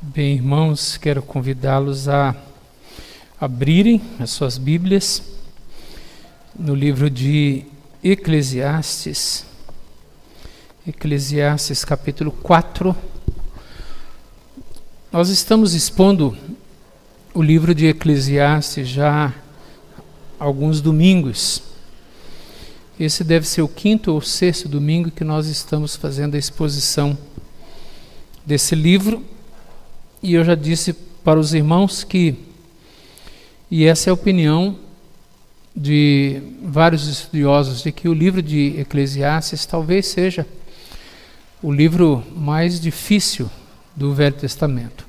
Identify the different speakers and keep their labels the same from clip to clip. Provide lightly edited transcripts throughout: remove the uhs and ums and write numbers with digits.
Speaker 1: Bem, irmãos, quero convidá-los a abrirem as suas Bíblias no livro de Eclesiastes, capítulo 4. Nós estamos expondo o livro de Eclesiastes já há alguns domingos. Esse deve ser o 5º ou 6º domingo que nós estamos fazendo a exposição desse livro. E eu já disse para os irmãos e essa é a opinião de vários estudiosos, de que o livro de Eclesiastes talvez seja o livro mais difícil do Velho Testamento.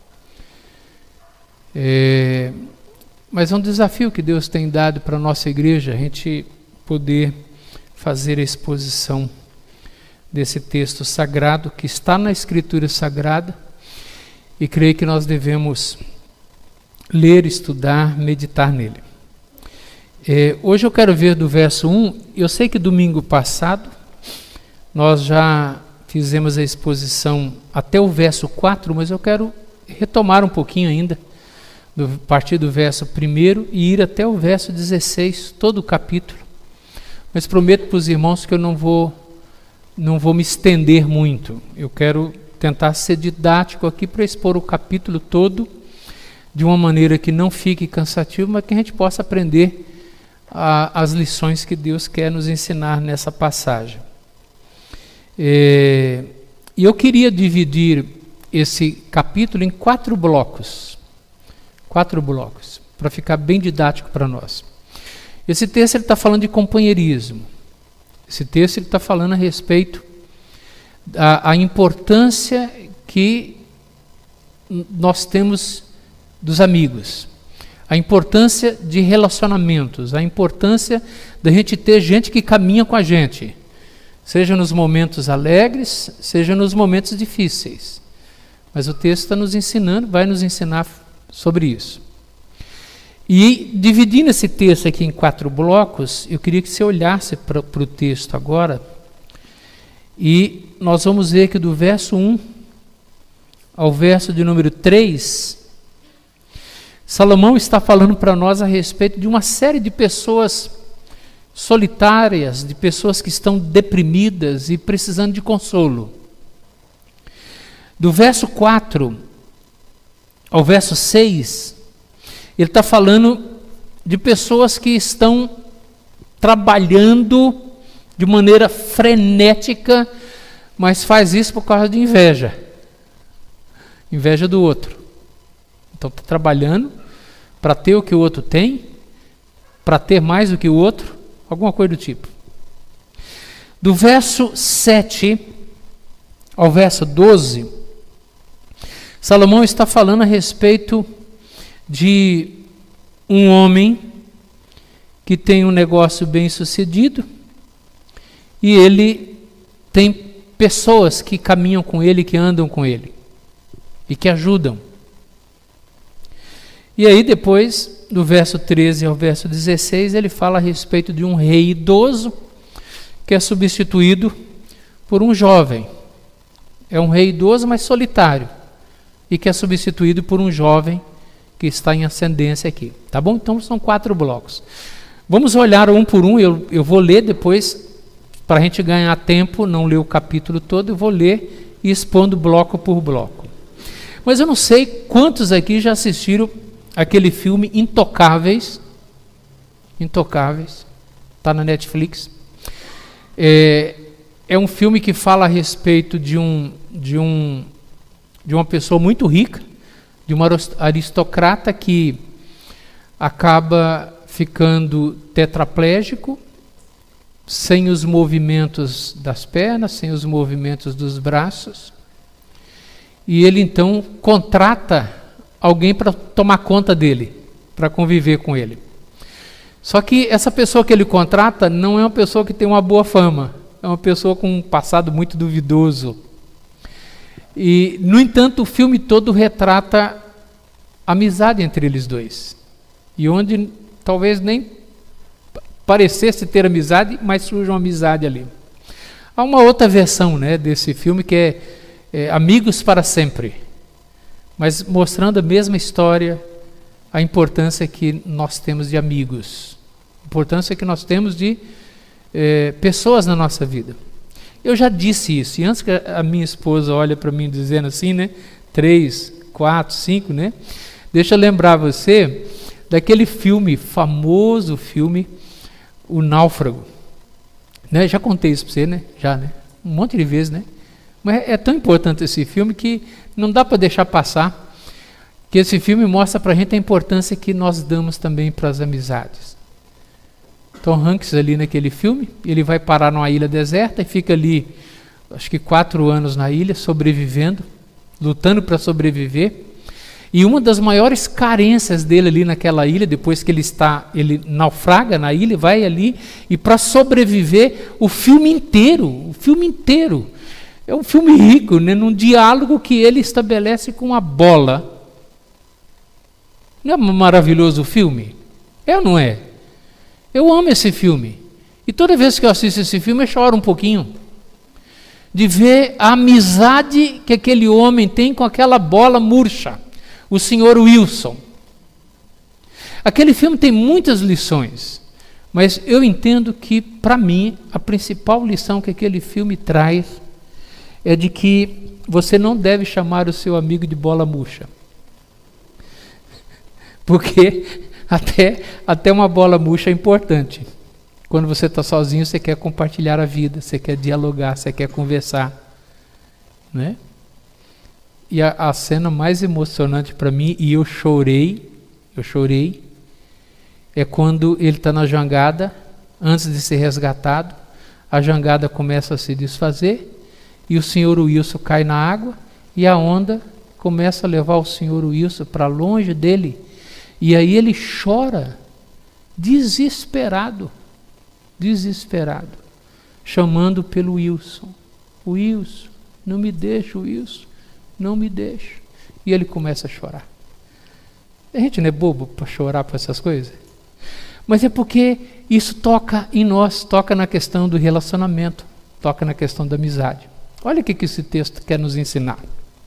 Speaker 1: Mas é um desafio que Deus tem dado para a nossa igreja, a gente poder fazer a exposição desse texto sagrado que está na Escritura Sagrada. E creio que nós devemos ler, estudar, meditar nele. Hoje eu quero ver do verso 1. Eu sei que domingo passado nós já fizemos a exposição até o verso 4, mas eu quero retomar um pouquinho ainda, a partir do verso 1 e ir até o verso 16, todo o capítulo. Mas prometo para os irmãos que eu não vou me estender muito. Eu quero tentar ser didático aqui para expor o capítulo todo de uma maneira que não fique cansativo, mas que a gente possa aprender as lições que Deus quer nos ensinar nessa passagem. E eu queria dividir esse capítulo em 4 blocos, para ficar bem didático para nós. Esse texto está falando de companheirismo. Esse texto está falando a respeito a importância que nós temos dos amigos, a importância de relacionamentos, a importância da gente ter gente que caminha com a gente, seja nos momentos alegres, seja nos momentos difíceis. Mas o texto está nos ensinando, vai nos ensinar sobre isso. E dividindo esse texto aqui em 4 blocos, eu queria que você olhasse para o texto agora. E nós vamos ver que do verso 1 ao verso de número 3, Salomão está falando para nós a respeito de uma série de pessoas solitárias, de pessoas que estão deprimidas e precisando de consolo. Do verso 4 ao verso 6, ele está falando de pessoas que estão trabalhando de maneira frenética, mas faz isso por causa de inveja do outro. Então está trabalhando para ter o que o outro tem, para ter mais do que o outro, alguma coisa do tipo. Do verso 7 ao verso 12, Salomão está falando a respeito de um homem que tem um negócio bem sucedido, e ele tem pessoas que caminham com ele, que andam com ele e que ajudam. E aí depois, do verso 13 ao verso 16, ele fala a respeito de um rei idoso que é substituído por um jovem. É um rei idoso, mas solitário, e que é substituído por um jovem que está em ascendência aqui. Tá bom? Então são 4 blocos. Vamos olhar um por um, eu vou ler depois. Para a gente ganhar tempo, não ler o capítulo todo, eu vou ler e expondo bloco por bloco. Mas eu não sei quantos aqui já assistiram aquele filme Intocáveis. Está na Netflix. É um filme que fala a respeito de uma pessoa muito rica, de uma aristocrata que acaba ficando tetraplégico, sem os movimentos das pernas, sem os movimentos dos braços, e ele então contrata alguém para tomar conta dele, para conviver com ele. Só que essa pessoa que ele contrata não é uma pessoa que tem uma boa fama, é uma pessoa com um passado muito duvidoso. E, no entanto, o filme todo retrata a amizade entre eles dois, e onde talvez nem parecesse ter amizade, mas surge uma amizade ali. Há uma outra versão, desse filme que é Amigos para Sempre. mas mostrando a mesma história, a importância que nós temos de amigos, a importância que nós temos de pessoas na nossa vida. Eu já disse isso, e antes que a minha esposa olhe para mim dizendo assim, né, 3, 4, 5, né, deixa eu lembrar você daquele filme, famoso filme, O Náufrago. Né? Já contei isso para você, né? Já, né? Um monte de vezes, né? Mas é tão importante esse filme que não dá para deixar passar, que esse filme mostra para a gente a importância que nós damos também para as amizades. Tom Hanks ali naquele filme, ele vai parar numa ilha deserta e fica ali, acho que 4 anos na ilha, sobrevivendo, lutando para sobreviver. E uma das maiores carências dele ali naquela ilha, depois que ele naufraga na ilha, vai ali, e para sobreviver o filme inteiro, é um filme rico, né, num diálogo que ele estabelece com a bola. Não é maravilhoso o filme? É ou não é? Eu amo esse filme. E toda vez que eu assisto esse filme, eu choro um pouquinho. De ver a amizade que aquele homem tem com aquela bola murcha. O Sr. Wilson. Aquele filme tem muitas lições. Mas eu entendo que, para mim, a principal lição que aquele filme traz é de que você não deve chamar o seu amigo de bola murcha. Porque até uma bola murcha é importante. Quando você está sozinho, você quer compartilhar a vida, você quer dialogar, você quer conversar. Né? E a cena mais emocionante para mim, e eu chorei, é quando ele está na jangada, antes de ser resgatado, a jangada começa a se desfazer, e o Sr. Wilson cai na água, e a onda começa a levar o Sr. Wilson para longe dele. E aí ele chora, desesperado, chamando pelo Wilson. Wilson, não me deixa, Wilson, não me deixa. E ele começa a chorar. A gente não é bobo para chorar por essas coisas? Mas é porque isso toca em nós, toca na questão do relacionamento, toca na questão da amizade. Olha o que esse texto quer nos ensinar.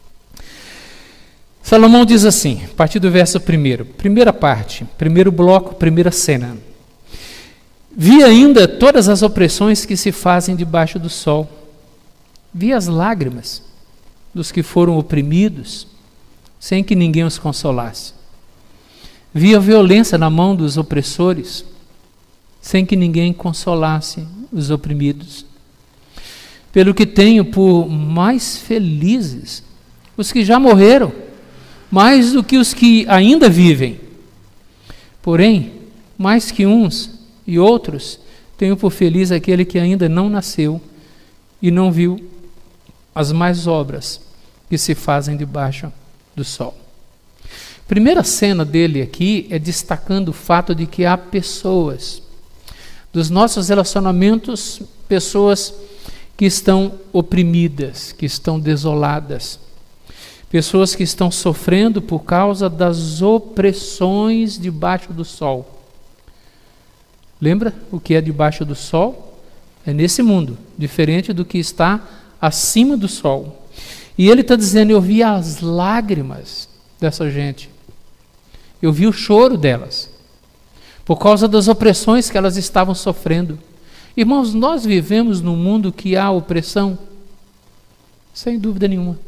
Speaker 1: Salomão diz assim, a partir do verso 1, primeira parte, primeiro bloco, primeira cena. Vi ainda todas as opressões que se fazem debaixo do sol. Vi as lágrimas dos que foram oprimidos, sem que ninguém os consolasse. Vi a violência na mão dos opressores, sem que ninguém consolasse os oprimidos. Pelo que tenho por mais felizes os que já morreram, mais do que os que ainda vivem. Porém, mais que uns e outros, tenho por feliz aquele que ainda não nasceu e não viu as mais obras que se fazem debaixo do sol. Primeira cena dele aqui é destacando o fato de que há pessoas, dos nossos relacionamentos, pessoas que estão oprimidas, que estão desoladas, pessoas que estão sofrendo por causa das opressões debaixo do sol. Lembra o que é debaixo do sol? É nesse mundo, diferente do que está acima do sol. E ele está dizendo, eu vi as lágrimas dessa gente. Eu vi o choro delas, por causa das opressões que elas estavam sofrendo. Irmãos, nós vivemos num mundo que há opressão, sem dúvida nenhuma.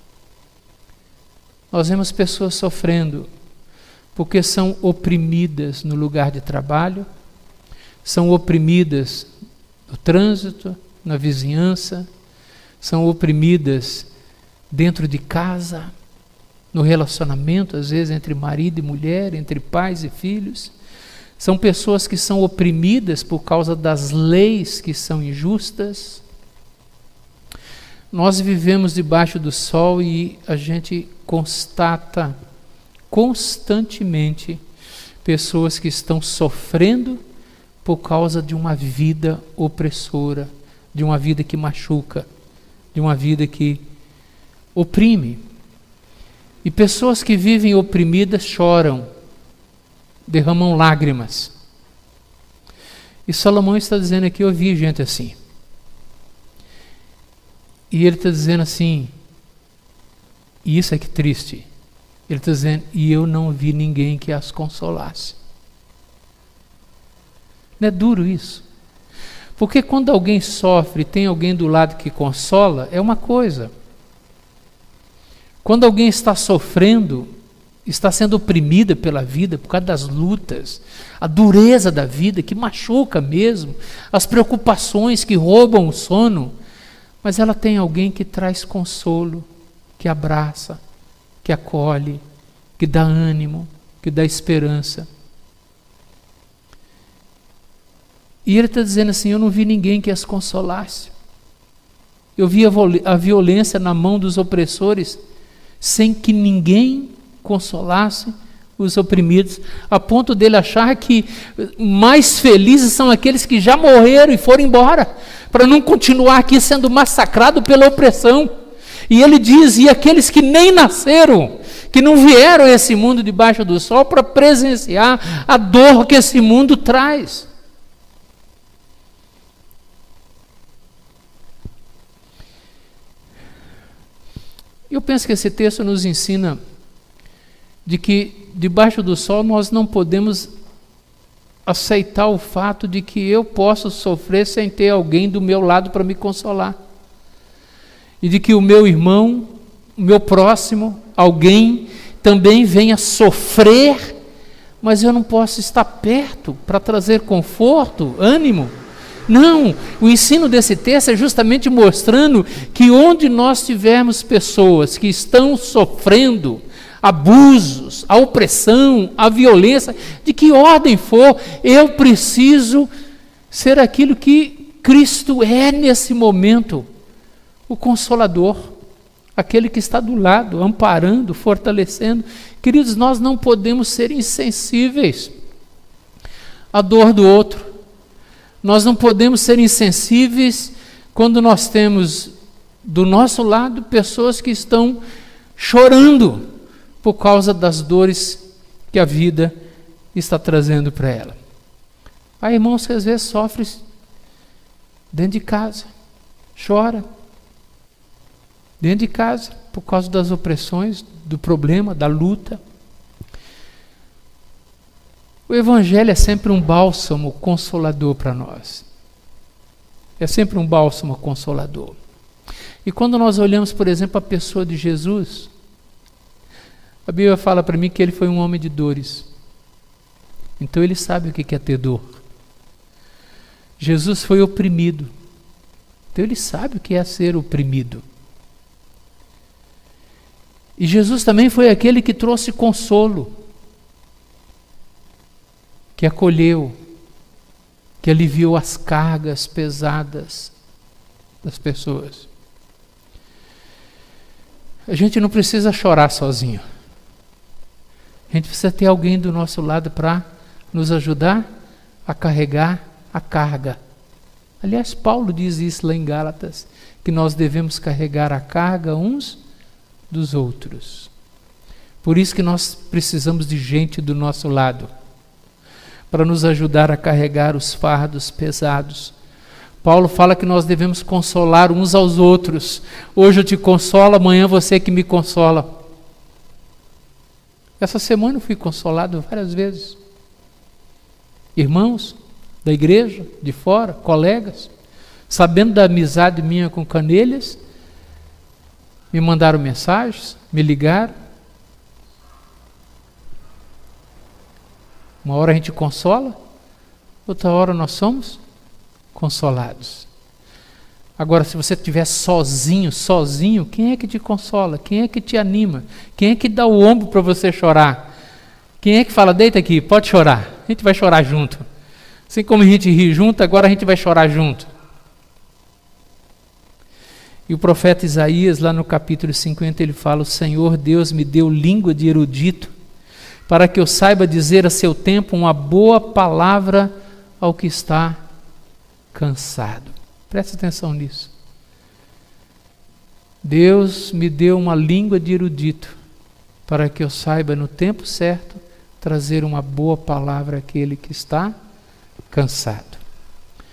Speaker 1: Nós vemos pessoas sofrendo porque são oprimidas no lugar de trabalho, são oprimidas no trânsito, na vizinhança, são oprimidas dentro de casa, no relacionamento, às vezes, entre marido e mulher, entre pais e filhos. São pessoas que são oprimidas por causa das leis que são injustas. Nós vivemos debaixo do sol e a gente constata constantemente pessoas que estão sofrendo por causa de uma vida opressora, de uma vida que machuca, de uma vida que oprime. E pessoas que vivem oprimidas choram, derramam lágrimas. E Salomão está dizendo aqui, eu vi gente assim. E ele está dizendo assim, e isso é que triste, Ele está dizendo, e eu não vi ninguém que as consolasse. Não é duro isso? Porque quando alguém sofre e tem alguém do lado que consola, é uma coisa. Quando alguém está sofrendo, está sendo oprimida pela vida por causa das lutas, a dureza da vida que machuca mesmo, as preocupações que roubam o sono, mas ela tem alguém que traz consolo, que abraça, que acolhe, que dá ânimo, que dá esperança. E ele está dizendo assim, eu não vi ninguém que as consolasse. Eu vi a violência na mão dos opressores, sem que ninguém consolasse os oprimidos, a ponto dele achar que mais felizes são aqueles que já morreram e foram embora, para não continuar aqui sendo massacrado pela opressão. E ele diz, e aqueles que nem nasceram, que não vieram a esse mundo debaixo do sol para presenciar a dor que esse mundo traz. Eu penso que esse texto nos ensina de que debaixo do sol nós não podemos aceitar o fato de que eu posso sofrer sem ter alguém do meu lado para me consolar. E de que o meu irmão, o meu próximo, alguém também venha sofrer, mas eu não posso estar perto para trazer conforto, ânimo. Não, o ensino desse texto é justamente mostrando que onde nós tivermos pessoas que estão sofrendo abusos, a opressão, a violência, de que ordem for, eu preciso ser aquilo que Cristo é nesse momento, o Consolador, aquele que está do lado, amparando, fortalecendo. Queridos, nós não podemos ser insensíveis à dor do outro. Nós não podemos ser insensíveis quando nós temos do nosso lado pessoas que estão chorando por causa das dores que a vida está trazendo para ela. Há irmãos que às vezes sofrem dentro de casa, chora dentro de casa por causa das opressões, do problema, da luta. O Evangelho é sempre um bálsamo consolador para nós. É sempre um bálsamo consolador. E quando nós olhamos, por exemplo, a pessoa de Jesus, a Bíblia fala para mim que ele foi um homem de dores. Então ele sabe o que é ter dor. Jesus foi oprimido. Então ele sabe o que é ser oprimido. E Jesus também foi aquele que trouxe consolo, que acolheu, que aliviou as cargas pesadas das pessoas. A gente não precisa chorar sozinho. A gente precisa ter alguém do nosso lado para nos ajudar a carregar a carga. Aliás, Paulo diz isso lá em Gálatas, que nós devemos carregar a carga uns dos outros. Por isso que nós precisamos de gente do nosso lado, para nos ajudar a carregar os fardos pesados. Paulo fala que nós devemos consolar uns aos outros. Hoje eu te consolo, amanhã você que me consola. Essa semana eu fui consolado várias vezes. Irmãos da igreja, de fora, colegas, sabendo da amizade minha com Canelhas, me mandaram mensagens, me ligaram. Uma hora a gente consola, outra hora nós somos consolados. Agora, se você estiver sozinho, quem é que te consola? Quem é que te anima? Quem é que dá o ombro para você chorar? Quem é que fala, deita aqui, pode chorar, a gente vai chorar junto. Assim como a gente ri junto, agora a gente vai chorar junto. E o profeta Isaías, lá no capítulo 50, ele fala, o Senhor Deus me deu língua de erudito, para que eu saiba dizer a seu tempo uma boa palavra ao que está cansado. Presta atenção nisso. Deus me deu uma língua de erudito, para que eu saiba no tempo certo trazer uma boa palavra àquele que está cansado.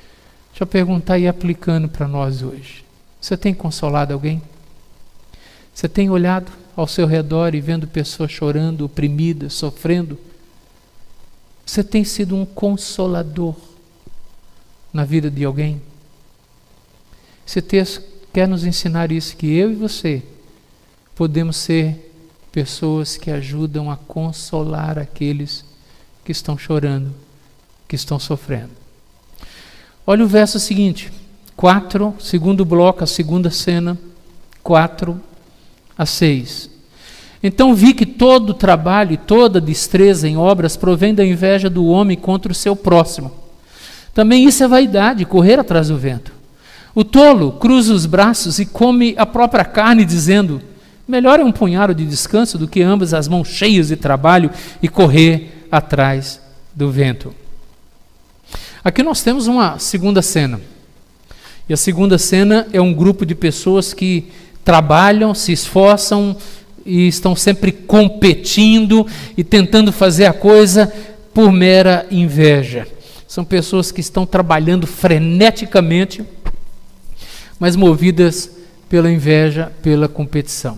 Speaker 1: Deixa eu perguntar e aplicando para nós hoje. Você tem consolado alguém? Você tem olhado ao seu redor e vendo pessoas chorando, oprimidas, sofrendo? Você tem sido um consolador na vida de alguém? Esse texto quer nos ensinar isso, que eu e você podemos ser pessoas que ajudam a consolar aqueles que estão chorando, que estão sofrendo. Olha o verso seguinte, 4, segundo bloco, a segunda cena, 4 a 6. Então vi que todo trabalho e toda destreza em obras provém da inveja do homem contra o seu próximo. Também isso é vaidade, correr atrás do vento. O tolo cruza os braços e come a própria carne, dizendo: melhor é um punhado de descanso do que ambas as mãos cheias de trabalho e correr atrás do vento. Aqui nós temos uma segunda cena. E a segunda cena é um grupo de pessoas que trabalham, se esforçam e estão sempre competindo e tentando fazer a coisa por mera inveja. São pessoas que estão trabalhando freneticamente, mas movidas pela inveja, pela competição.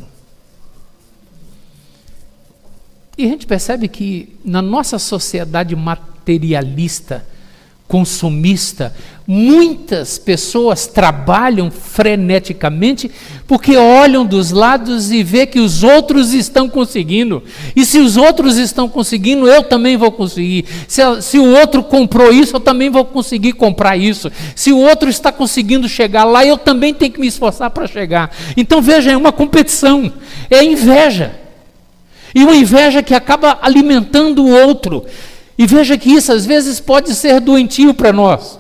Speaker 1: E a gente percebe que na nossa sociedade materialista, consumista, muitas pessoas trabalham freneticamente porque olham dos lados e vê que os outros estão conseguindo. E se os outros estão conseguindo, eu também vou conseguir. Se o outro comprou isso, eu também vou conseguir comprar isso. Se o outro está conseguindo chegar lá, eu também tenho que me esforçar para chegar. Então veja, é uma competição, é inveja. E uma inveja que acaba alimentando o outro. E veja que isso às vezes pode ser doentio para nós.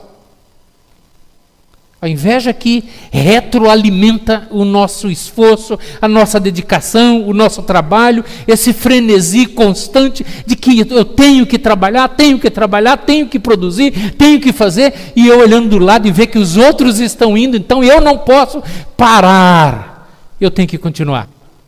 Speaker 1: A inveja que retroalimenta o nosso esforço, a nossa dedicação, o nosso trabalho, esse frenesi constante de que eu tenho que trabalhar, tenho que produzir, tenho que fazer, e eu olhando do lado e ver que os outros estão indo, então eu não posso parar, eu tenho que continuar.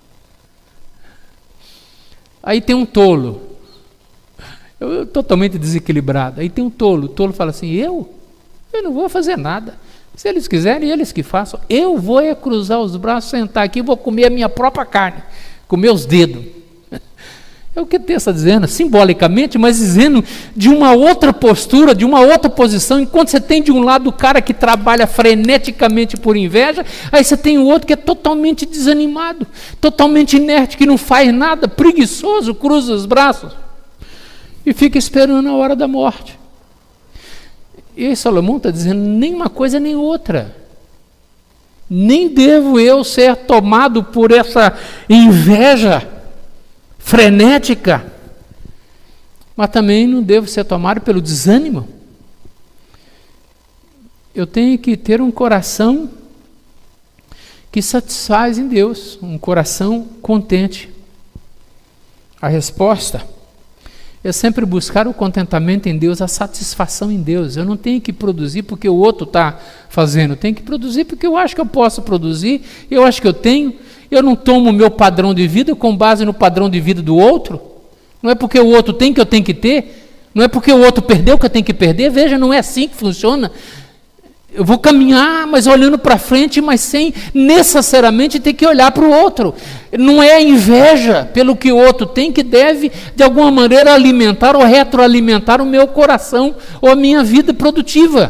Speaker 1: Aí tem um tolo, totalmente desequilibrado. Aí tem um tolo, o tolo fala assim: eu não vou fazer nada. Se eles quiserem, eles que façam. Eu vou cruzar os braços, sentar aqui e vou comer a minha própria carne, com meus dedos. É o que o texto está dizendo, simbolicamente, mas dizendo de uma outra postura, de uma outra posição. Enquanto você tem de um lado o cara que trabalha freneticamente por inveja, aí você tem o outro que é totalmente desanimado, totalmente inerte, que não faz nada, preguiçoso, cruza os braços e fica esperando a hora da morte. E aí Salomão está dizendo, nem uma coisa nem outra. Nem devo eu ser tomado por essa inveja frenética, mas também não devo ser tomado pelo desânimo. Eu tenho que ter um coração que satisfaz em Deus, um coração contente. A resposta é sempre buscar o contentamento em Deus, a satisfação em Deus. Eu não tenho que produzir porque o outro está fazendo, eu tenho que produzir porque eu acho que eu posso produzir, eu acho que eu tenho. Eu não tomo o meu padrão de vida com base no padrão de vida do outro. Não é porque o outro tem que eu tenho que ter, não é porque o outro perdeu que eu tenho que perder. Veja, não é assim que funciona. Eu vou caminhar, mas olhando para frente, mas sem necessariamente ter que olhar para o outro. Não é a inveja pelo que o outro tem que deve, de alguma maneira, alimentar ou retroalimentar o meu coração ou a minha vida produtiva.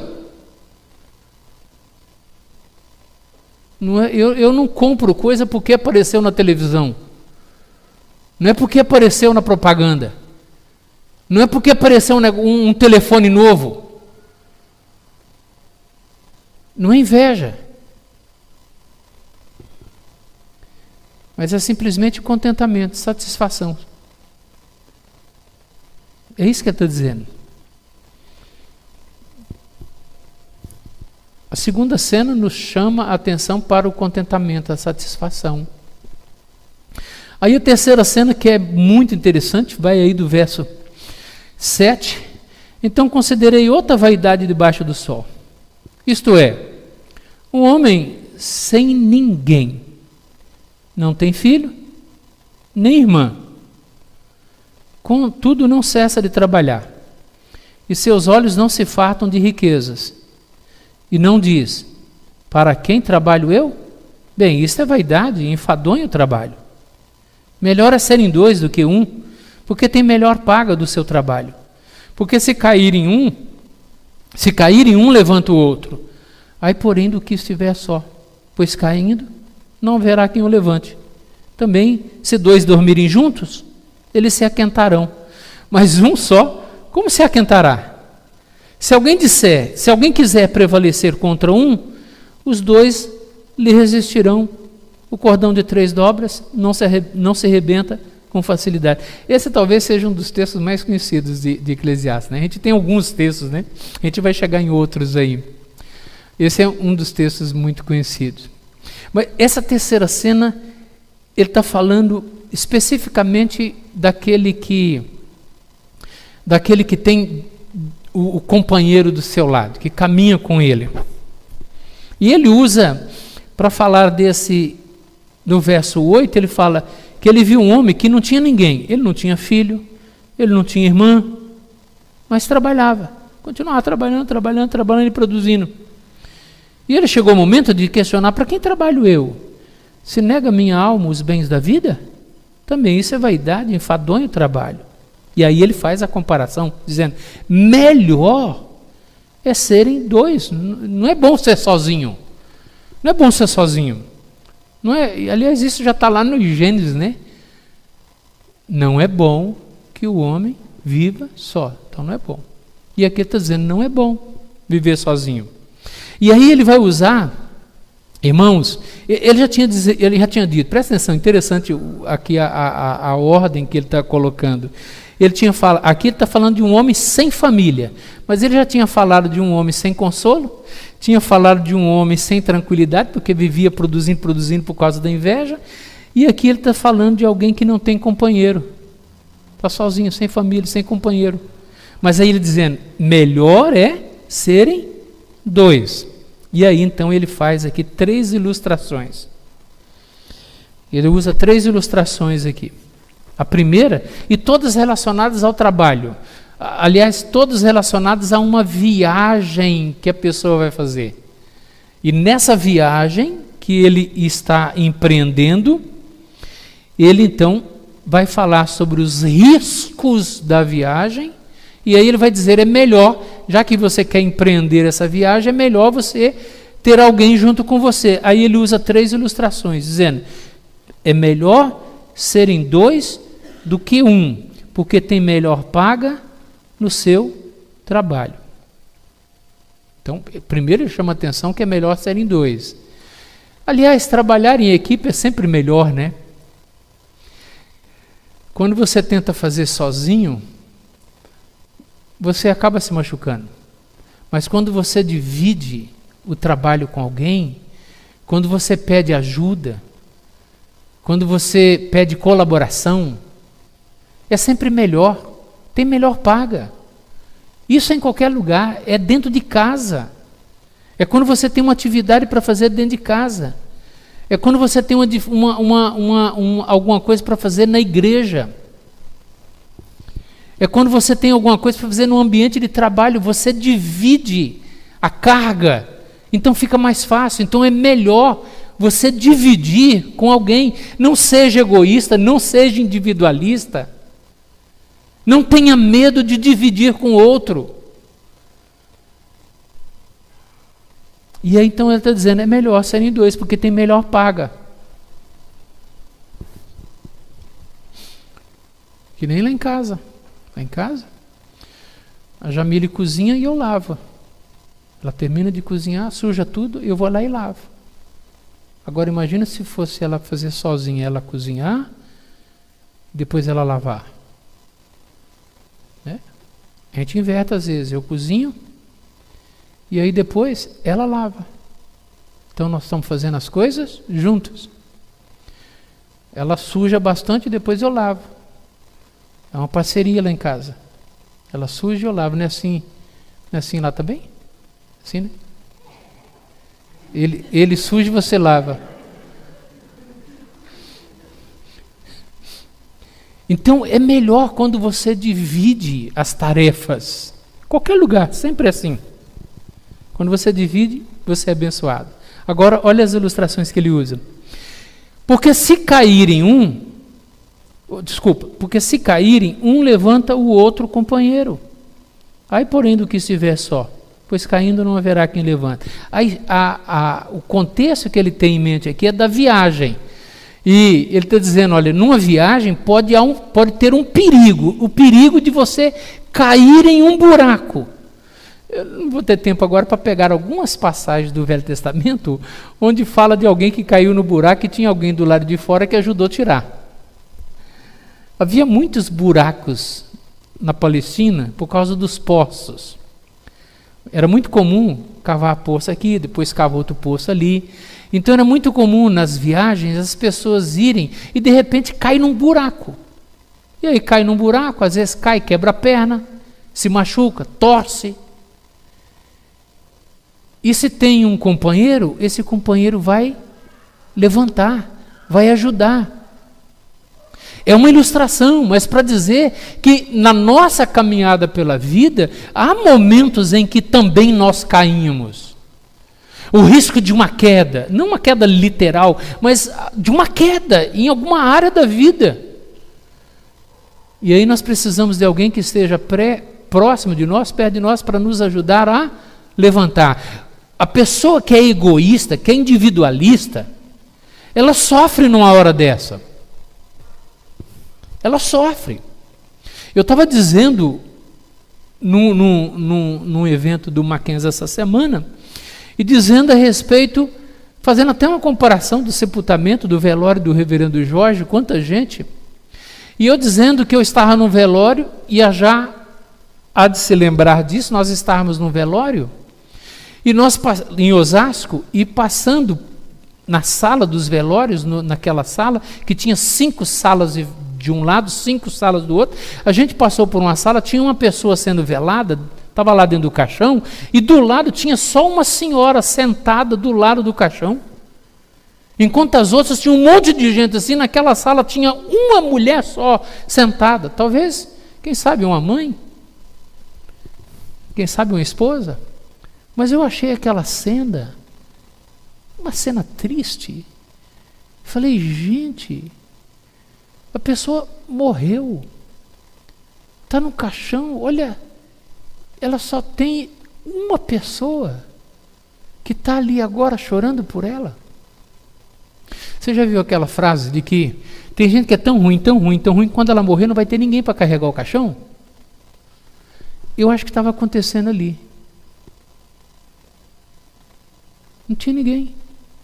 Speaker 1: Não é, eu não compro coisa porque apareceu na televisão. Não é porque apareceu na propaganda. Não é porque apareceu um telefone novo. Não é inveja, mas é simplesmente contentamento, satisfação. É isso que ele está dizendo. A segunda cena nos chama a atenção para o contentamento, a satisfação. Aí a terceira cena, que é muito interessante, vai aí do verso 7. Então considerei outra vaidade debaixo do sol. Isto é, um homem sem ninguém, não tem filho, nem irmã, contudo não cessa de trabalhar, e seus olhos não se fartam de riquezas, e não diz, para quem trabalho eu? Bem, isso é vaidade, enfadonha o trabalho. Melhor é serem 2 do que 1, porque tem melhor paga do seu trabalho. Porque se cair em um, levanta o outro. Aí, porém, do que estiver só, pois caindo, não haverá quem o levante. Também, se 2 dormirem juntos, eles se aquentarão. Mas um só, como se aquentará? Se alguém quiser prevalecer contra um, os 2 lhe resistirão. O cordão de 3 dobras não se arrebenta com facilidade. Esse talvez seja um dos textos mais conhecidos de Eclesiastes, né? A gente tem alguns textos, né? A gente vai chegar em outros aí. Esse é um dos textos muito conhecidos. Mas essa terceira cena, ele está falando especificamente daquele que tem o companheiro do seu lado, que caminha com ele. E ele usa, para falar desse, no verso 8, ele fala que ele viu um homem que não tinha ninguém. Ele não tinha filho, ele não tinha irmã, mas trabalhava. Continuava trabalhando e produzindo. E ele chegou o momento de questionar: para quem trabalho eu? Se nega minha alma os bens da vida? Também isso é vaidade, enfadonho o trabalho. E aí ele faz a comparação, dizendo: melhor é serem 2. Não é bom ser sozinho. Não é bom ser sozinho. Não é, aliás, isso já está lá no Gênesis, né? Não é bom que o homem viva só. Então não é bom. E aqui está dizendo: não é bom viver sozinho. E aí ele vai usar, irmãos, ele já tinha dito, presta atenção, interessante aqui a ordem que ele está colocando. Aqui ele está falando de um homem sem família, mas ele já tinha falado de um homem sem consolo, tinha falado de um homem sem tranquilidade, porque vivia produzindo por causa da inveja, e aqui ele está falando de alguém que não tem companheiro, está sozinho, sem família, sem companheiro. Mas aí ele dizendo: melhor é serem 2. E aí então ele faz aqui 3 ilustrações. Ele usa 3 ilustrações aqui. A primeira, e todas relacionadas ao trabalho. Aliás, todas relacionadas a uma viagem que a pessoa vai fazer. E nessa viagem que ele está empreendendo, ele então vai falar sobre os riscos da viagem. E aí ele vai dizer: é melhor, já que você quer empreender essa viagem, é melhor você ter alguém junto com você. Aí ele usa 3 ilustrações, dizendo: é melhor serem 2 do que 1, porque tem melhor paga no seu trabalho. Então, primeiro ele chama a atenção que é melhor serem 2. Aliás, trabalhar em equipe é sempre melhor, né? Quando você tenta fazer sozinho, você acaba se machucando. Mas quando você divide o trabalho com alguém, quando você pede ajuda, quando você pede colaboração, é sempre melhor, tem melhor paga. Isso é em qualquer lugar, é dentro de casa. É quando você tem uma atividade para fazer dentro de casa. É quando você tem alguma coisa para fazer na igreja. É quando você tem alguma coisa para fazer no ambiente de trabalho, você divide a carga, então fica mais fácil. Então é melhor você dividir com alguém. Não seja egoísta, não seja individualista. Não tenha medo de dividir com o outro. E aí então ele está dizendo: é melhor serem 2, porque tem melhor paga. Que nem lá em casa. Lá em casa, a Jamile cozinha e eu lavo. Ela termina de cozinhar, suja tudo, eu vou lá e lavo. Agora imagina se fosse ela fazer sozinha, ela cozinhar, depois ela lavar. Né? A gente inverte às vezes, eu cozinho e aí depois ela lava. Então nós estamos fazendo as coisas juntos. Ela suja bastante e depois eu lavo. É uma parceria lá em casa. Ela suja e eu lavo. Não é assim lá também? Assim, né? Ele suja e você lava. Então é melhor quando você divide as tarefas. Qualquer lugar, sempre é assim. Quando você divide, você é abençoado. Agora, olha as ilustrações que ele usa. Porque se caírem um levanta o outro companheiro. Aí, porém, do que estiver só, pois caindo não haverá quem levante. Aí, o contexto que ele tem em mente aqui é da viagem. E ele está dizendo, olha, numa viagem pode ter um perigo, o perigo de você cair em um buraco. Eu não vou ter tempo agora para pegar algumas passagens do Velho Testamento, onde fala de alguém que caiu no buraco e tinha alguém do lado de fora que ajudou a tirar. Havia muitos buracos na Palestina por causa dos poços. Era muito comum cavar poço aqui, depois cavar outro poço ali. Então era muito comum nas viagens as pessoas irem e de repente caem num buraco. E aí cai num buraco, às vezes cai, quebra a perna, se machuca, torce. E se tem um companheiro, esse companheiro vai levantar, vai ajudar. É uma ilustração, mas para dizer que na nossa caminhada pela vida, há momentos em que também nós caímos. O risco de uma queda, não uma queda literal, mas de uma queda em alguma área da vida. E aí nós precisamos de alguém que esteja próximo de nós, perto de nós, para nos ajudar a levantar. A pessoa que é egoísta, que é individualista, ela sofre numa hora dessa. Ela sofre. Eu estava dizendo num evento do Mackenzie essa semana, e dizendo a respeito, fazendo até uma comparação do sepultamento, do velório do reverendo Jorge, quanta gente, e eu dizendo que eu estava num velório, e já há de se lembrar disso, nós estávamos num velório, e nós em Osasco, e passando na sala dos velórios, naquela sala, que tinha 5 salas de um lado, 5 salas do outro, a gente passou por uma sala, tinha uma pessoa sendo velada, estava lá dentro do caixão, e do lado tinha só uma senhora sentada do lado do caixão, enquanto as outras tinham um monte de gente assim, naquela sala tinha uma mulher só sentada, talvez, quem sabe uma mãe, quem sabe uma esposa, mas eu achei aquela cena, uma cena triste. Falei, gente, a pessoa morreu, está no caixão, olha, ela só tem uma pessoa que está ali agora chorando por ela. Você já viu aquela frase de que tem gente que é tão ruim, tão ruim, tão ruim, que quando ela morrer não vai ter ninguém para carregar o caixão? Eu acho que estava acontecendo ali. Não tinha ninguém.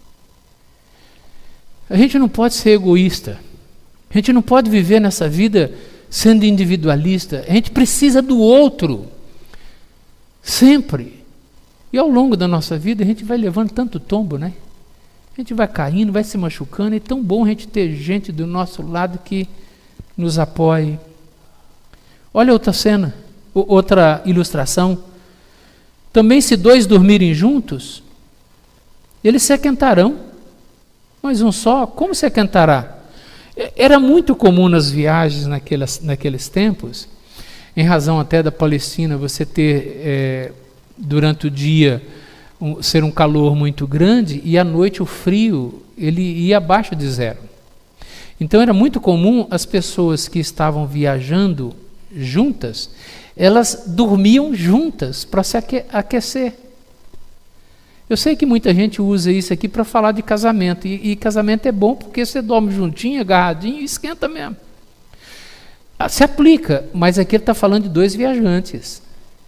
Speaker 1: A gente não pode ser egoísta. A gente não pode viver nessa vida sendo individualista. A gente precisa do outro. Sempre. E ao longo da nossa vida a gente vai levando tanto tombo, né? A gente vai caindo, vai se machucando. E é tão bom a gente ter gente do nosso lado que nos apoie. Olha outra cena, outra ilustração. Também se 2 dormirem juntos, eles se aquentarão, mas um só, como se aquentará? Era muito comum nas viagens naqueles tempos, em razão até da Palestina, você ter, durante o dia, ser um calor muito grande, e à noite o frio, ele ia abaixo de 0. Então era muito comum as pessoas que estavam viajando juntas, elas dormiam juntas para se aquecer. Eu sei que muita gente usa isso aqui para falar de casamento, e casamento é bom porque você dorme juntinho, agarradinho, e esquenta mesmo. Se aplica, mas aqui ele está falando de 2 viajantes.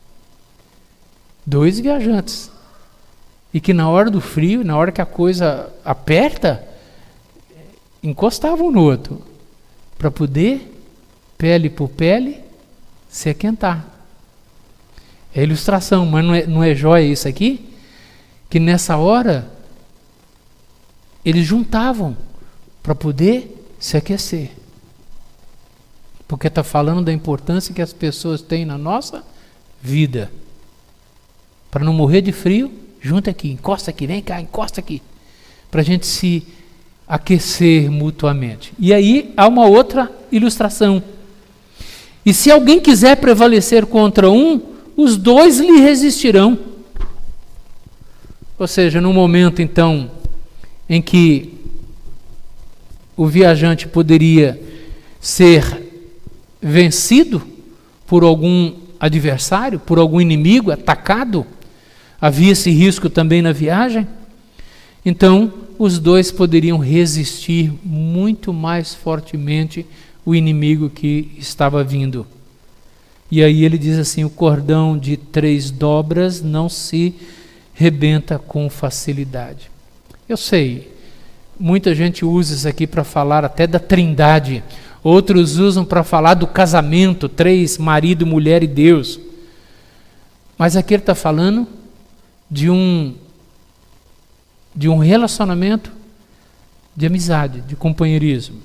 Speaker 1: 2 viajantes. E que na hora do frio, na hora que a coisa aperta, encostavam um no outro, para poder, pele por pele, se aquentar. É ilustração, mas não é jóia isso aqui? Que nessa hora eles juntavam para poder se aquecer. Porque está falando da importância que as pessoas têm na nossa vida. Para não morrer de frio, junta aqui, encosta aqui, vem cá, encosta aqui. Para a gente se aquecer mutuamente. E aí há uma outra ilustração. E se alguém quiser prevalecer contra um, os 2 lhe resistirão. Ou seja, no momento então em que o viajante poderia ser vencido por algum adversário, por algum inimigo, atacado, havia esse risco também na viagem. Então, os dois poderiam resistir muito mais fortemente o inimigo que estava vindo. E aí ele diz assim: o cordão de 3 dobras não se rebenta com facilidade. Eu sei, muita gente usa isso aqui para falar até da trindade. Outros usam para falar do casamento, 3, marido, mulher e Deus. Mas aqui ele está falando de um relacionamento de amizade, de companheirismo.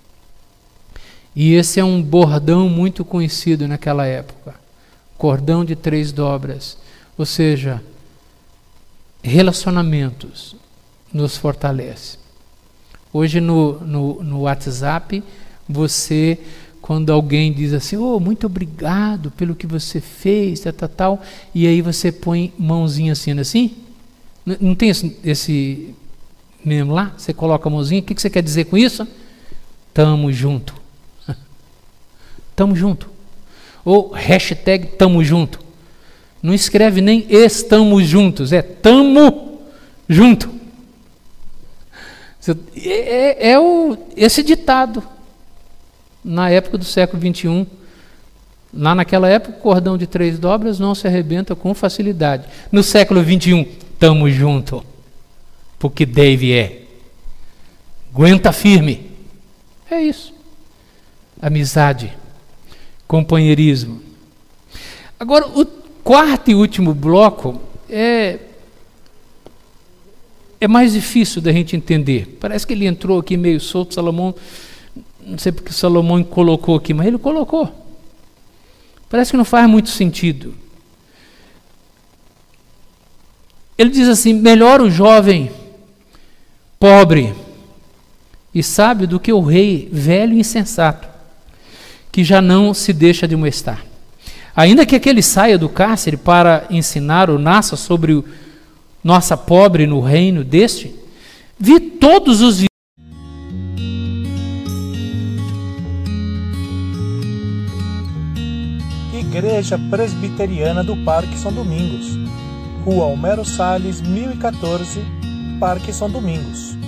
Speaker 1: E esse é um bordão muito conhecido naquela época. Cordão de 3 dobras. Ou seja, relacionamentos nos fortalece. Hoje no WhatsApp, você, quando alguém diz assim: oh, muito obrigado pelo que você fez, tal, e aí você põe mãozinha assim. Não tem esse mesmo lá? Você coloca a mãozinha, o que você quer dizer com isso? Tamo junto. Tamo junto. Ou hashtag tamo junto. Não escreve nem estamos juntos, é tamo junto. Esse ditado, na época do século XXI, lá naquela época, o cordão de 3 dobras não se arrebenta com facilidade. No século XXI, tamo junto, porque Dave é. Aguenta firme. É isso. Amizade, companheirismo. Agora, o quarto e último bloco é mais difícil da gente entender. Parece que ele entrou aqui meio solto, Salomão, não sei porque Salomão colocou aqui, mas ele colocou. Parece que não faz muito sentido. Ele diz assim: melhor o jovem pobre e sábio do que o rei velho e insensato, que já não se deixa admoestar. Ainda que aquele saia do cárcere para ensinar ou nasça sobre o nossa pobre no reino deste, vi todos os
Speaker 2: Igreja Presbiteriana do Parque São Domingos, Rua Homero Salles, 1014, Parque São Domingos.